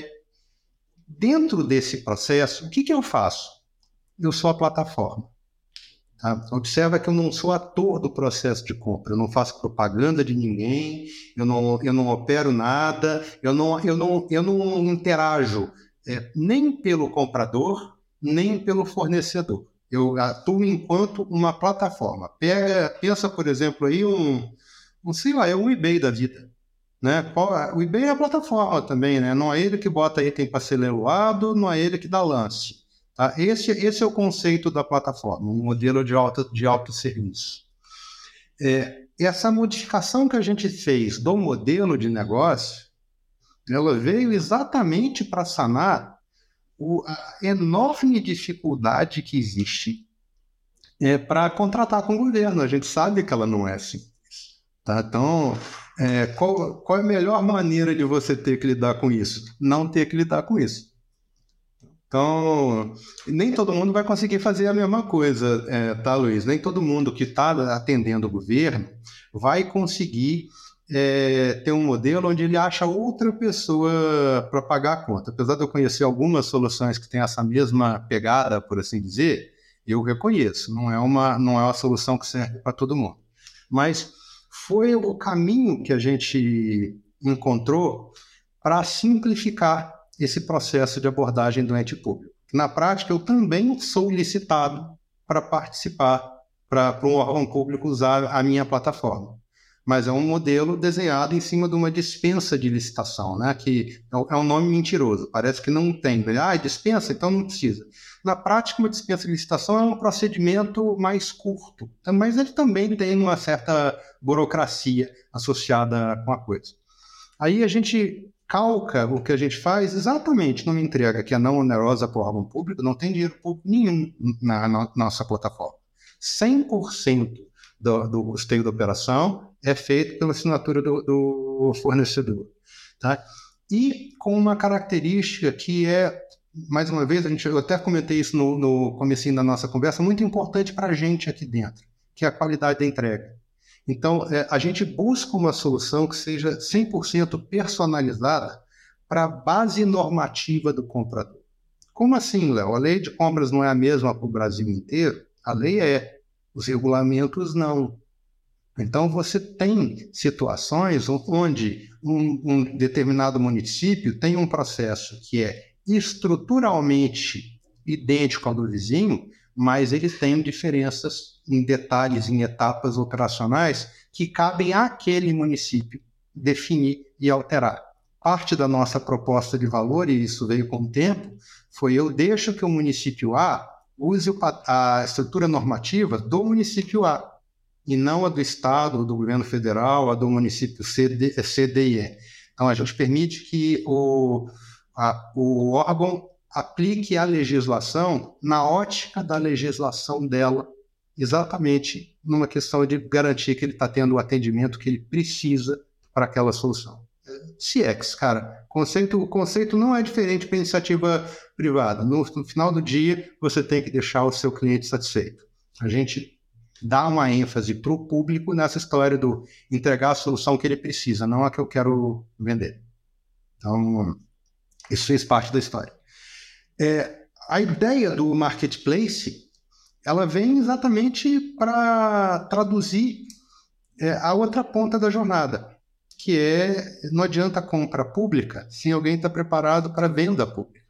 Dentro desse processo, o que eu faço? Eu sou a plataforma. Tá? Observa que eu não sou ator do processo de compra, eu não faço propaganda de ninguém, eu não opero nada, eu não interajo nem pelo comprador, nem pelo fornecedor. Eu atuo enquanto uma plataforma. Pensa, por exemplo, aí sei lá, um eBay da vida. Né? O eBay é a plataforma também, né? Não é ele que bota item para ser leiloado, não é ele que dá lance. Tá? Esse é o conceito da plataforma, um modelo de autosserviço. Essa modificação que a gente fez do modelo de negócio, ela veio exatamente para sanar a enorme dificuldade que existe para contratar com o governo. A gente sabe que ela não é assim. Tá? Então, qual é a melhor maneira de você ter que lidar com isso? Não ter que lidar com isso. Então, nem todo mundo vai conseguir fazer a mesma coisa, tá, Luiz? Nem todo mundo que está atendendo o governo vai conseguir ter um modelo onde ele acha outra pessoa para pagar a conta. Apesar de eu conhecer algumas soluções que têm essa mesma pegada, por assim dizer, eu reconheço. Não é uma solução que serve para todo mundo. Mas foi o caminho que a gente encontrou para simplificar esse processo de abordagem do ente público. Na prática, eu também sou licitado para participar, para um órgão público usar a minha plataforma. Mas é um modelo desenhado em cima de uma dispensa de licitação, né? Que é um nome mentiroso, parece que não tem. Dispensa, então não precisa. Na prática, uma dispensa de licitação é um procedimento mais curto, mas ele também tem uma certa burocracia associada com a coisa. Aí a gente calca o que a gente faz exatamente numa entrega que é não onerosa para o órgão público, não tem dinheiro público nenhum na nossa plataforma. 100% do custeio da operação é feito pela assinatura do fornecedor. Tá? E com uma característica que mais uma vez, eu até comentei isso no comecinho da nossa conversa, muito importante para a gente aqui dentro, que é a qualidade da entrega. Então, a gente busca uma solução que seja 100% personalizada para a base normativa do comprador. Como assim, Léo? A lei de compras não é a mesma para o Brasil inteiro? A lei os regulamentos não. Então, você tem situações onde um determinado município tem um processo que é estruturalmente idêntico ao do vizinho, mas eles têm diferenças em detalhes, em etapas operacionais que cabem àquele município definir e alterar. Parte da nossa proposta de valor, e isso veio com o tempo, foi eu deixo que o município A use a estrutura normativa do município A, e não a do Estado, do governo federal, a do município C, D e E. Então, a gente permite que o órgão aplique a legislação na ótica da legislação dela, exatamente numa questão de garantir que ele está tendo o atendimento que ele precisa para aquela solução. CX, cara, o conceito não é diferente para iniciativa privada. No final do dia, você tem que deixar o seu cliente satisfeito. A gente dá uma ênfase para o público nessa história do entregar a solução que ele precisa, não a que eu quero vender. Então, isso fez parte da história. A ideia do marketplace, ela vem exatamente para traduzir a outra ponta da jornada, que não adianta compra pública se alguém está preparado para venda pública.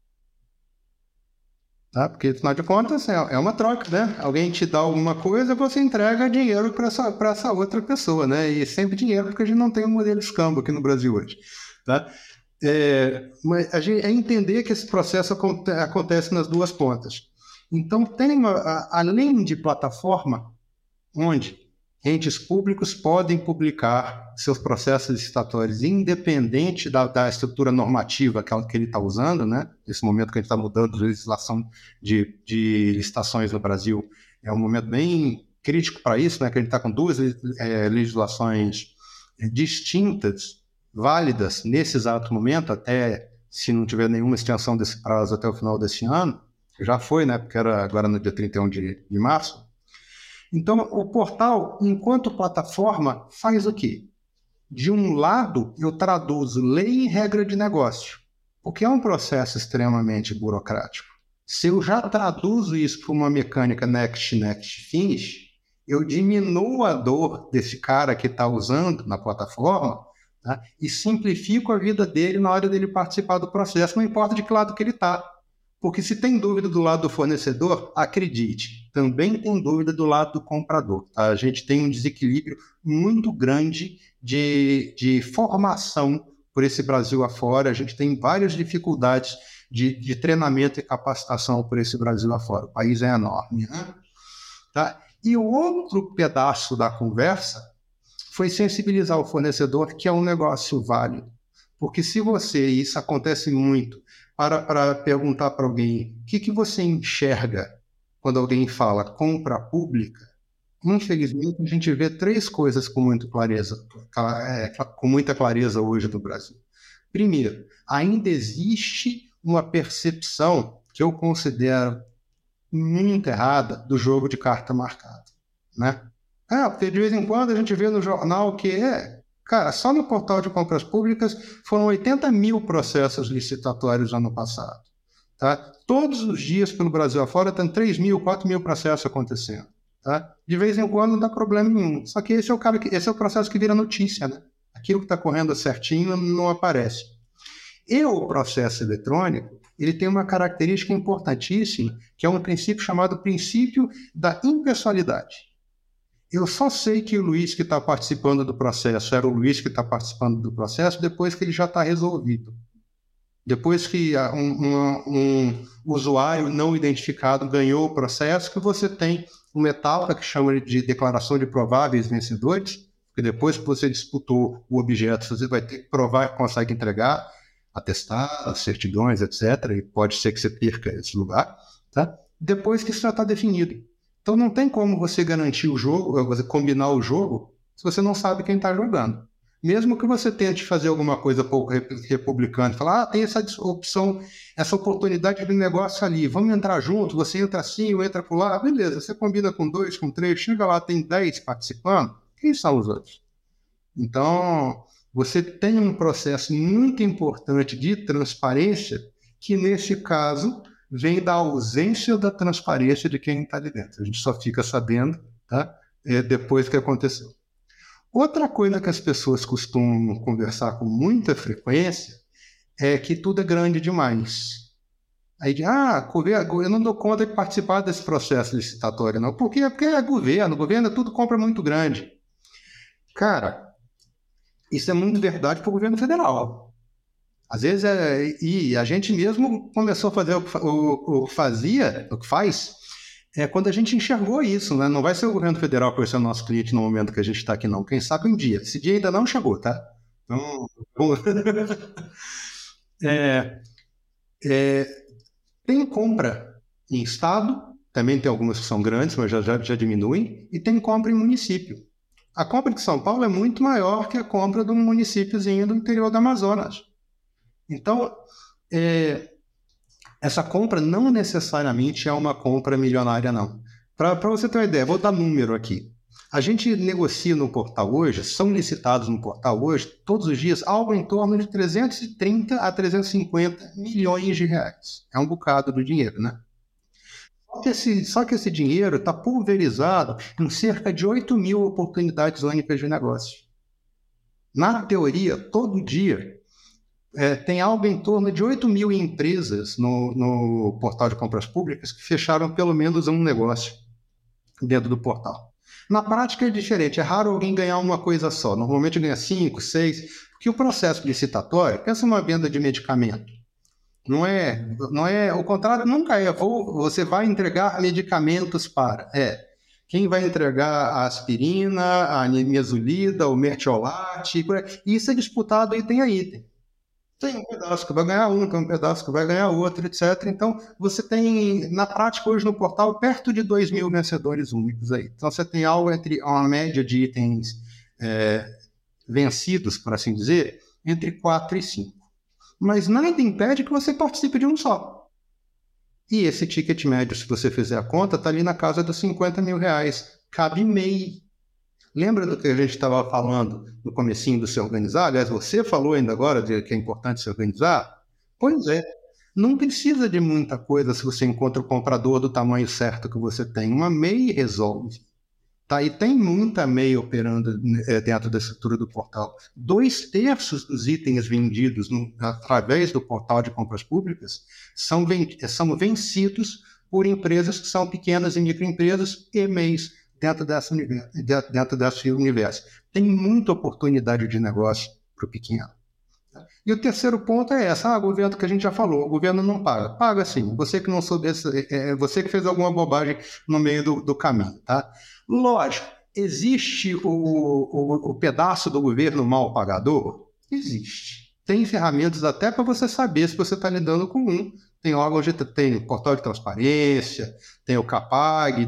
Tá? Porque, afinal de contas, é uma troca, né? Alguém te dá alguma coisa, você entrega dinheiro para essa outra pessoa, né? E sempre dinheiro, porque a gente não tem um modelo escambo aqui no Brasil hoje. Tá? Mas é entender que esse processo acontece nas duas pontas. Então, além de plataforma, onde entes públicos podem publicar seus processos licitatórios independente da estrutura normativa que ele está usando, né? Nesse momento que a gente está mudando de legislação de licitações no Brasil, é um momento bem crítico para isso, né? Que a gente está com duas legislações distintas, válidas nesse exato momento, até se não tiver nenhuma extensão desse prazo até o final desse ano, já foi, né? Porque era agora no dia 31 de março. Então, o portal, enquanto plataforma, faz o quê? De um lado, eu traduzo lei em regra de negócio, porque é um processo extremamente burocrático. Se eu já traduzo isso para uma mecânica next, finish, eu diminuo a dor desse cara que está usando na plataforma, tá? E simplifico a vida dele na hora dele participar do processo, não importa de que lado que ele está. Porque se tem dúvida do lado do fornecedor, acredite, também tem dúvida do lado do comprador. Tá? A gente tem um desequilíbrio muito grande de formação por esse Brasil afora. A gente tem várias dificuldades de treinamento e capacitação por esse Brasil afora. O país é enorme. Né? Tá? E o outro pedaço da conversa foi sensibilizar o fornecedor que é um negócio válido. Porque se você, e isso acontece muito, para perguntar para alguém o que você enxerga quando alguém fala compra pública, infelizmente a gente vê três coisas com muita clareza hoje no Brasil. Primeiro, ainda existe uma percepção que eu considero muito errada do jogo de carta marcada, né? Porque de vez em quando a gente vê no jornal que cara, só no portal de compras públicas foram 80 mil processos licitatórios no ano passado. Tá? Todos os dias pelo Brasil afora tem 3 mil, 4 mil processos acontecendo. Tá? De vez em quando não dá problema nenhum. Só que esse é o processo que vira notícia. Né? Aquilo que está correndo certinho não aparece. E o processo eletrônico, ele tem uma característica importantíssima, que é um princípio chamado princípio da impessoalidade. Eu só sei que o Luiz que está participando do processo era o Luiz que está participando do processo depois que ele já está resolvido. Depois que um usuário não identificado ganhou o processo, que você tem uma etapa que chama de declaração de prováveis vencedores, porque depois que você disputou o objeto, você vai ter que provar que consegue entregar, atestar, certidões, etc. E pode ser que você perca esse lugar. Tá? Depois que isso já está definido. Então não tem como você garantir o jogo, você combinar o jogo, se você não sabe quem está jogando. Mesmo que você tente fazer alguma coisa pouco republicana, falar, tem essa opção, essa oportunidade de negócio ali, vamos entrar junto, você entra assim, eu entro por lá, beleza, você combina com 2, com 3, chega lá, tem 10 participando, quem são os outros? Então, você tem um processo muito importante de transparência, que nesse caso vem da ausência da transparência de quem está ali dentro. A gente só fica sabendo, tá? Depois que aconteceu. Outra coisa que as pessoas costumam conversar com muita frequência é que tudo é grande demais. Aí diz, eu não dou conta de participar desse processo licitatório, não. Por quê? Porque é governo tudo compra muito grande. Cara, isso é muito verdade para o governo federal. Às vezes, e a gente mesmo começou a fazer o que faz, quando a gente enxergou isso, né? Não vai ser o governo federal que vai ser o nosso cliente no momento que a gente está aqui, não. Quem sabe um dia. Esse dia ainda não chegou, tá? Então, tem compra em estado, também tem algumas que são grandes, mas já diminuem, e tem compra em município. A compra de São Paulo é muito maior que a compra de um municípiozinho do interior do Amazonas. Então, essa compra não necessariamente é uma compra milionária, não. Para você ter uma ideia, vou dar número aqui. A gente negocia no portal hoje, são licitados no portal hoje, todos os dias, algo em torno de 330 a 350 milhões de reais. É um bocado do dinheiro, né? Só que esse dinheiro está pulverizado em cerca de 8 mil oportunidades únicas de negócio. Na teoria, todo dia, tem algo em torno de 8 mil empresas no portal de compras públicas que fecharam pelo menos um negócio dentro do portal. Na prática é diferente, é raro alguém ganhar uma coisa só, normalmente ganha 5, 6, porque o processo licitatório, pensa numa venda de medicamento. Não é, o contrário nunca é, ou você vai entregar medicamentos para, quem vai entregar a aspirina, a nimesulida, o mertiolate, isso é disputado item a item. Tem um pedaço que vai ganhar um, tem um pedaço que vai ganhar outro, etc. Então, você tem, na prática, hoje no portal, perto de 2.000 vencedores únicos aí. Então, você tem algo entre uma média de itens vencidos, por assim dizer, entre 4 e 5. Mas nada impede que você participe de um só. E esse ticket médio, se você fizer a conta, está ali na casa dos R$50 mil. Cabe MEI. Lembra do que a gente estava falando no comecinho do se organizar? Aliás, você falou ainda agora de que é importante se organizar? Pois é. Não precisa de muita coisa se você encontra o comprador do tamanho certo que você tem. Uma MEI resolve. Tá? E tem muita MEI operando dentro da estrutura do portal. 2/3 dos itens vendidos através do portal de compras públicas são vencidos por empresas que são pequenas e microempresas e MEIs dentro desse universo. Tem muita oportunidade de negócio para o pequeno. E o terceiro ponto é governo que a gente já falou, o governo não paga. Paga sim, você que não soube, você que fez alguma bobagem no meio do caminho, tá? Lógico, existe o pedaço do governo mal pagador? Existe. Tem ferramentas até para você saber se você está lidando com um. Tem órgãos, tem portal de transparência, tem o CAPAG,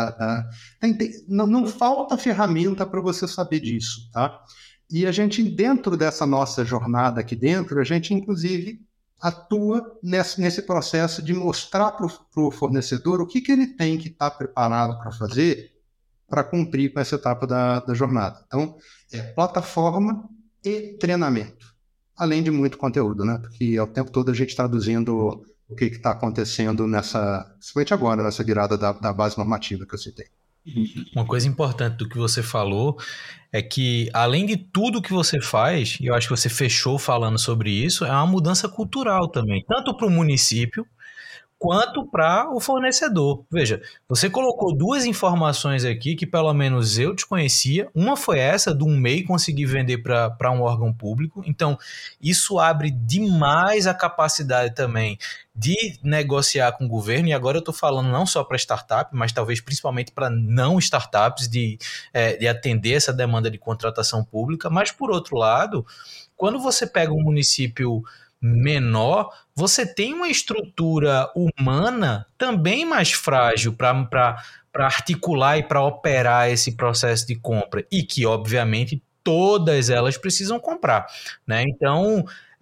não falta ferramenta para você saber disso, tá? E a gente, dentro dessa nossa jornada aqui dentro, a gente, inclusive, atua nesse processo de mostrar para o fornecedor o que ele tem que estar preparado para fazer para cumprir com essa etapa da jornada. Então, plataforma e treinamento, além de muito conteúdo, né? Porque o tempo todo a gente traduzindo o que está acontecendo principalmente agora, nessa virada da base normativa que eu citei. Uma coisa importante do que você falou é que, além de tudo que você faz, e eu acho que você fechou falando sobre isso, é uma mudança cultural também, tanto para o município quanto para o fornecedor. Veja, você colocou duas informações aqui que pelo menos eu desconhecia. Uma foi essa, do MEI conseguir vender para um órgão público. Então, isso abre demais a capacidade também de negociar com o governo. E agora eu estou falando não só para startup, mas talvez principalmente para não startups, de atender essa demanda de contratação pública. Mas, por outro lado, quando você pega um município menor, você tem uma estrutura humana também mais frágil para articular e para operar esse processo de compra, e que, obviamente, todas elas precisam comprar, né? Então,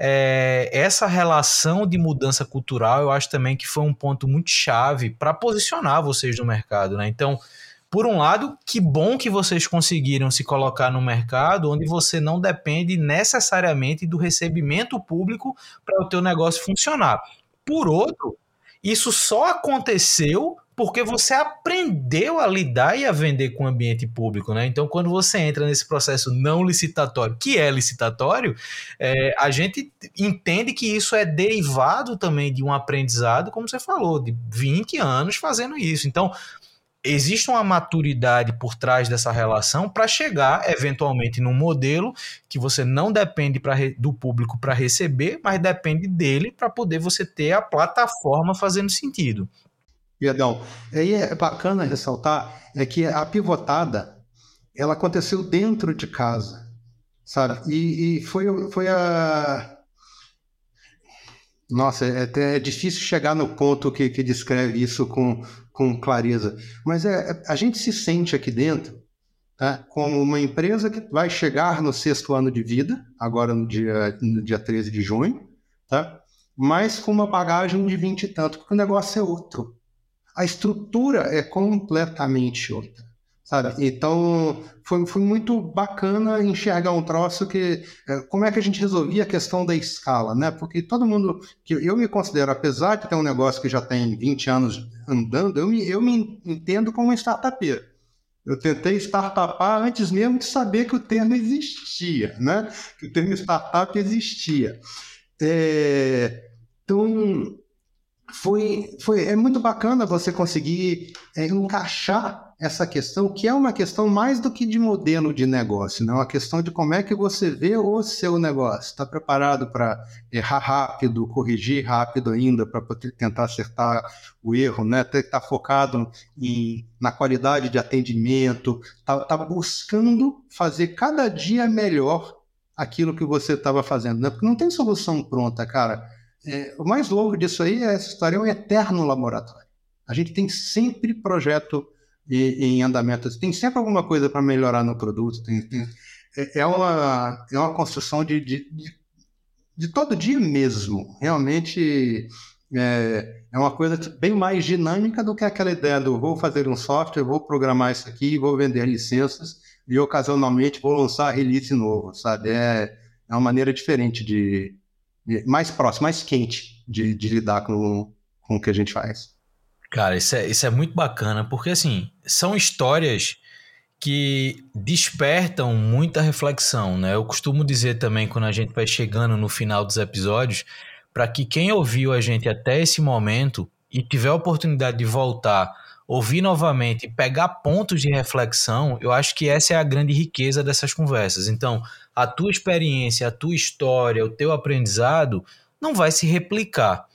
essa relação de mudança cultural, eu acho também que foi um ponto muito chave para posicionar vocês no mercado, né? Então, por um lado, que bom que vocês conseguiram se colocar no mercado onde você não depende necessariamente do recebimento público para o teu negócio funcionar. Por outro, isso só aconteceu porque você aprendeu a lidar e a vender com o ambiente público, né? Então, quando você entra nesse processo não licitatório, que é licitatório, a gente entende que isso é derivado também de um aprendizado, como você falou, de 20 anos fazendo isso. Então, existe uma maturidade por trás dessa relação para chegar, eventualmente, num modelo que você não depende do público para receber, mas depende dele para poder você ter a plataforma fazendo sentido. Perdão. Aí é bacana ressaltar que a pivotada ela aconteceu dentro de casa, sabe? E foi a... Nossa, é difícil chegar no ponto que descreve isso com clareza. Mas a gente se sente aqui dentro, tá, como uma empresa que vai chegar no 6º ano de vida, agora no dia 13 de junho, tá, mas com uma bagagem de 20 e tanto, porque o negócio é outro. A estrutura é completamente outra, sabe? Então, foi muito bacana enxergar um troço que... Como é que a gente resolvia a questão da escala, né? Porque todo mundo... que eu me considero, apesar de ter um negócio que já tem 20 anos andando, eu me entendo como um startupeiro. Eu tentei startupar antes mesmo de saber que o termo existia, né? Que o termo startup existia. Então... É muito bacana você conseguir encaixar essa questão, que é uma questão mais do que de modelo de negócio, né? É uma questão de como é que você vê o seu negócio. Está preparado para errar rápido, corrigir rápido ainda, para poder tentar acertar o erro, né? Tem que estar focado na qualidade de atendimento, tá buscando fazer cada dia melhor aquilo que você estava fazendo, né? Porque não tem solução pronta, cara. O mais louco disso aí é essa história, é um eterno laboratório. A gente tem sempre projeto em andamento, tem sempre alguma coisa para melhorar no produto, é uma construção de todo dia mesmo. Realmente é uma coisa bem mais dinâmica do que aquela ideia do vou fazer um software, vou programar isso aqui, vou vender licenças e ocasionalmente vou lançar release novo, sabe? É uma maneira diferente mais próxima, mais quente de lidar com o que a gente faz. Cara, isso é muito bacana, porque assim, são histórias que despertam muita reflexão, né? Eu costumo dizer também, quando a gente vai chegando no final dos episódios, para que quem ouviu a gente até esse momento e tiver a oportunidade de voltar, ouvir novamente e pegar pontos de reflexão, eu acho que essa é a grande riqueza dessas conversas. Então, a tua experiência, a tua história, o teu aprendizado não vai se replicar,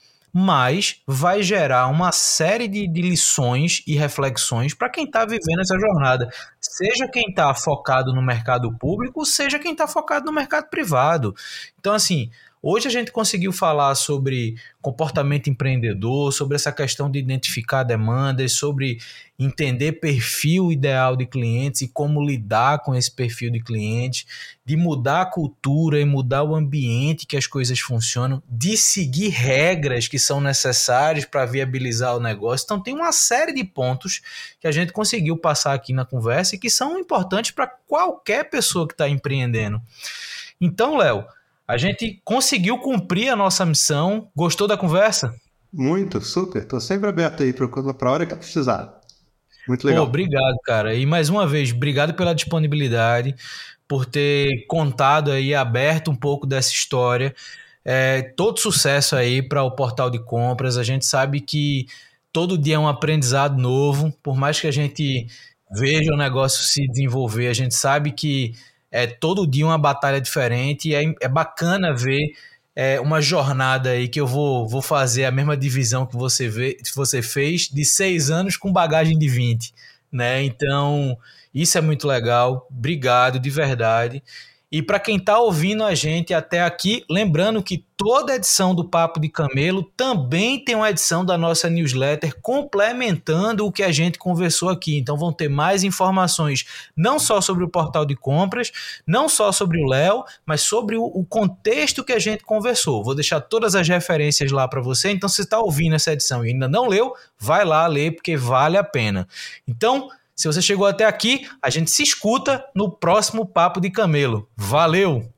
mas vai gerar uma série de lições e reflexões para quem está vivendo essa jornada. Seja quem está focado no mercado público, seja quem está focado no mercado privado. Então, assim, hoje a gente conseguiu falar sobre comportamento empreendedor, sobre essa questão de identificar demandas, sobre entender perfil ideal de clientes e como lidar com esse perfil de cliente, de mudar a cultura e mudar o ambiente que as coisas funcionam, de seguir regras que são necessárias para viabilizar o negócio. Então tem uma série de pontos que a gente conseguiu passar aqui na conversa e que são importantes para qualquer pessoa que está empreendendo. Então, Léo, a gente conseguiu cumprir a nossa missão. Gostou da conversa? Muito, super. Estou sempre aberto aí para a hora que precisar. Muito legal. Pô, obrigado, cara. E mais uma vez, obrigado pela disponibilidade, por ter contado aí, aberto um pouco dessa história. Todo sucesso aí para o Portal de Compras. A gente sabe que todo dia é um aprendizado novo. Por mais que a gente veja o negócio se desenvolver, a gente sabe que todo dia uma batalha diferente. E é bacana ver uma jornada aí que eu vou fazer a mesma divisão que você fez de 6 anos com bagagem de 20, né? Então, isso é muito legal. Obrigado, de verdade. E para quem está ouvindo a gente até aqui, lembrando que toda edição do Papo de Camelo também tem uma edição da nossa newsletter complementando o que a gente conversou aqui. Então vão ter mais informações, não só sobre o portal de compras, não só sobre o Léo, mas sobre o contexto que a gente conversou. Vou deixar todas as referências lá para você. Então, se você está ouvindo essa edição e ainda não leu, vai lá ler, porque vale a pena. Então, se você chegou até aqui, a gente se escuta no próximo Papo de Camelo. Valeu!